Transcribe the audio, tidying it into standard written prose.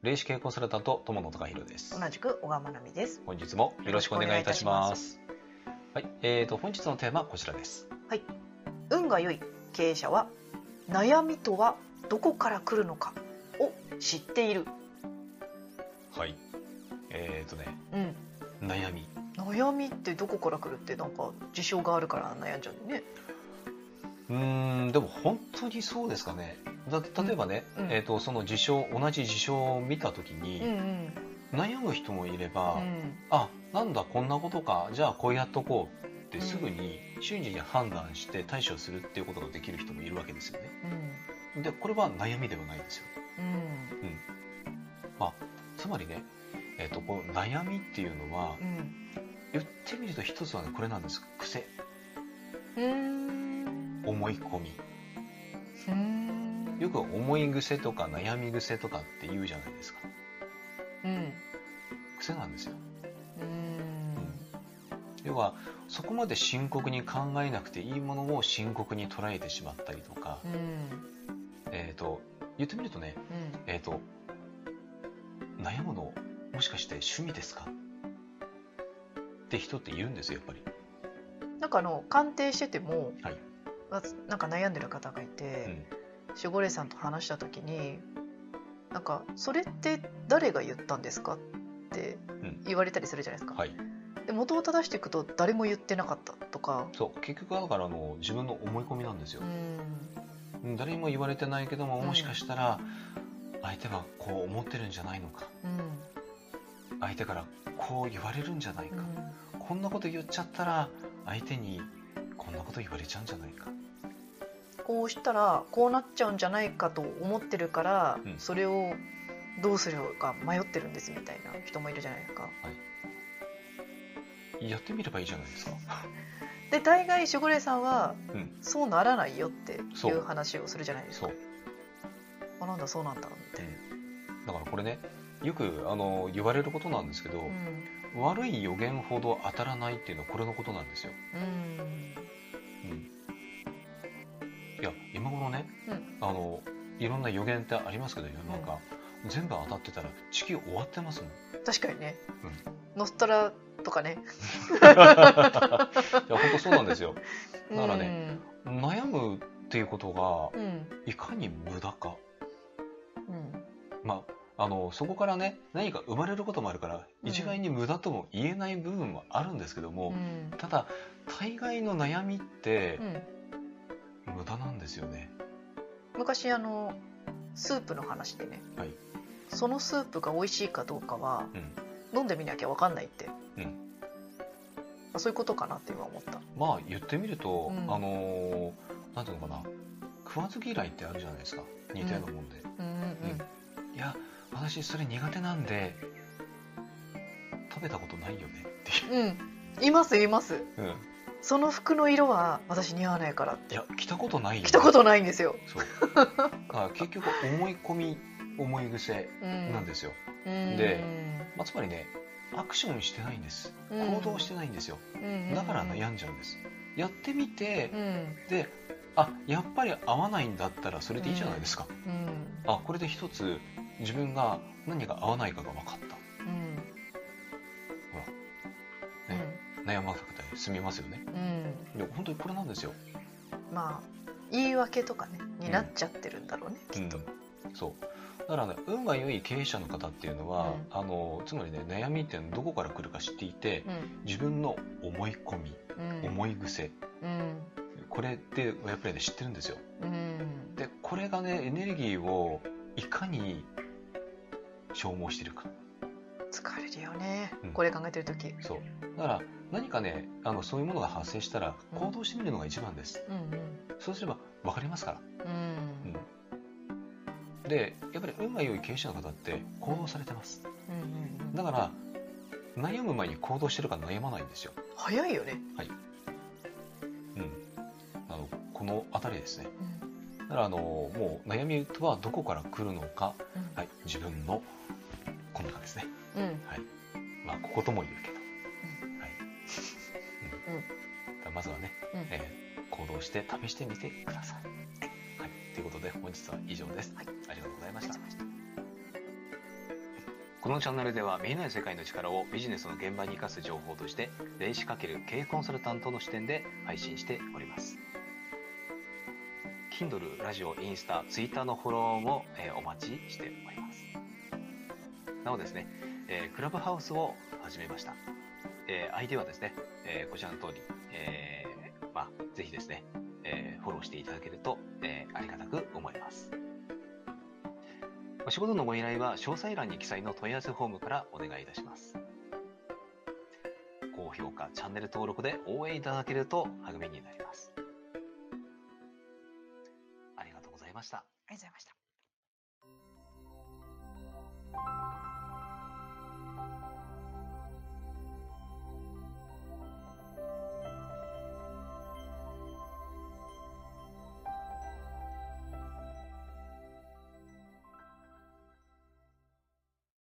霊視系コンサルタント友野隆弘です。 同じく小川真奈美です。 本日もよろしくお願いいたします。はい、本日のテーマはこちらです。 はい、運が良い経営者は悩みとはどこから来るのかを知っている。 はい、悩みってどこから来るって、なんか事象があるから悩んじゃうね。 でも本当にそうですかね。例えばね、その同じ事象を見た時に、悩む人もいれば、なんだこんなことか、じゃあこうやっとこうってすぐに瞬時に判断して対処するっていうことができる人もいるわけですよね。でこれは悩みではないんですよ。つまりね、この悩みっていうのは、言ってみると一つはねこれなんです。癖。思い込み。よく思い癖とか悩み癖とかって言うじゃないですか。癖なんですよ。要はそこまで深刻に考えなくていいものを深刻に捉えてしまったりとか、言ってみるとね、悩むのもしかして趣味ですかって人っているんですよ、やっぱり。 なんか鑑定してても、 はい、 なんか悩んでる方がいて、守護霊さんと話した時に、なんかそれって誰が言ったんですかって言われたりするじゃないですか。で元を正していくと誰も言ってなかったとか。 そう結局だから自分の思い込みなんですよ。誰にも言われてないけども、もしかしたら相手がこう思ってるんじゃないのか、相手からこう言われるんじゃないか、こんなこと言っちゃったら相手にこんなこと言われちゃうんじゃないか、 こうしたらこうなっちゃうんじゃないかと思ってるから、それをどうするか迷ってるんですみたいな人もいるじゃないですか。 やってみればいいじゃないですか。 で大概守護霊さんは、そうならないよっていう話をするじゃないですか。なんだそうなんだって、 だからこれね、よく言われることなんですけど、悪い予言ほど当たらないっていうのはこれのことなんですよ。いや今頃ね、いろんな予言ってありますけど、世の中、全部当たってたら地球終わってますもん。 確かにね、ノストラとかね。 いや本当そうなんですよ。だからね、悩むっていうことがいかに無駄か、そこからね何か生まれることもあるから、一概に無駄とも言えない部分もあるんですけども、ただ大概の悩みって、無駄なんですよね。 昔スープの話でね、そのスープが美味しいかどうかは、飲んでみなきゃ分かんないって、そういうことかなって今思った。 言ってみると、なんていうのかな、食わず嫌いってあるじゃないですか、似たようなもんで。いや私それ苦手なんで食べたことないよねっていう、 います、その服の色は私似合わないからって。 いや着たことないよね。 着たことないんですよ。 そう結局思い込み、思い癖なんですよ。で、つまりね、アクションしてないんです。行動してないんですよ。だから悩んじゃうんです。やってみて、でやっぱり合わないんだったらそれでいいじゃないですか。これで一つ自分が何が合わないかが分かった。ほら、悩まなくて済みますよね。で本当にこれなんですよ。 言い訳とかねになっちゃってるんだろうね、きっと。 そうだからね、運が良い経営者の方っていうのは、つまりね、悩みっていうのはどこから来るか知っていて、自分の思い込み、思い癖、これってやっぱりね知ってるんですよ。でこれがねエネルギーをいかに消耗してるか。 疲れるよね、これ考えてる時。 そうだから何かねそういうものが発生したら行動してみるのが一番です。そうすれば分かりますから。でやっぱり運が良い経営者の方って行動されてます。だから悩む前に行動してるか悩まないんですよ。 早いよね。 この辺りですね。だからもう悩みとはどこから来るのか、自分のこの中ですね。こことも言うけど、まずはね、行動して試してみてください。ということで本日は以上です。ありがとうございました。 このチャンネルでは見えない世界の力をビジネスの現場に生かす情報として、霊視×経営コンサルタントの視点で配信しております。Kindle、ラジオ、インスタ、ツイッターのフォローも、お待ちしております。なおですね、クラブハウスを始めました。相手はですね、こちらの通り、ぜひですね、フォローしていただけると、ありがたく思います。お仕事のご依頼は詳細欄に記載の問い合わせフォームからお願いいたします。高評価、チャンネル登録で応援いただけると励みになります。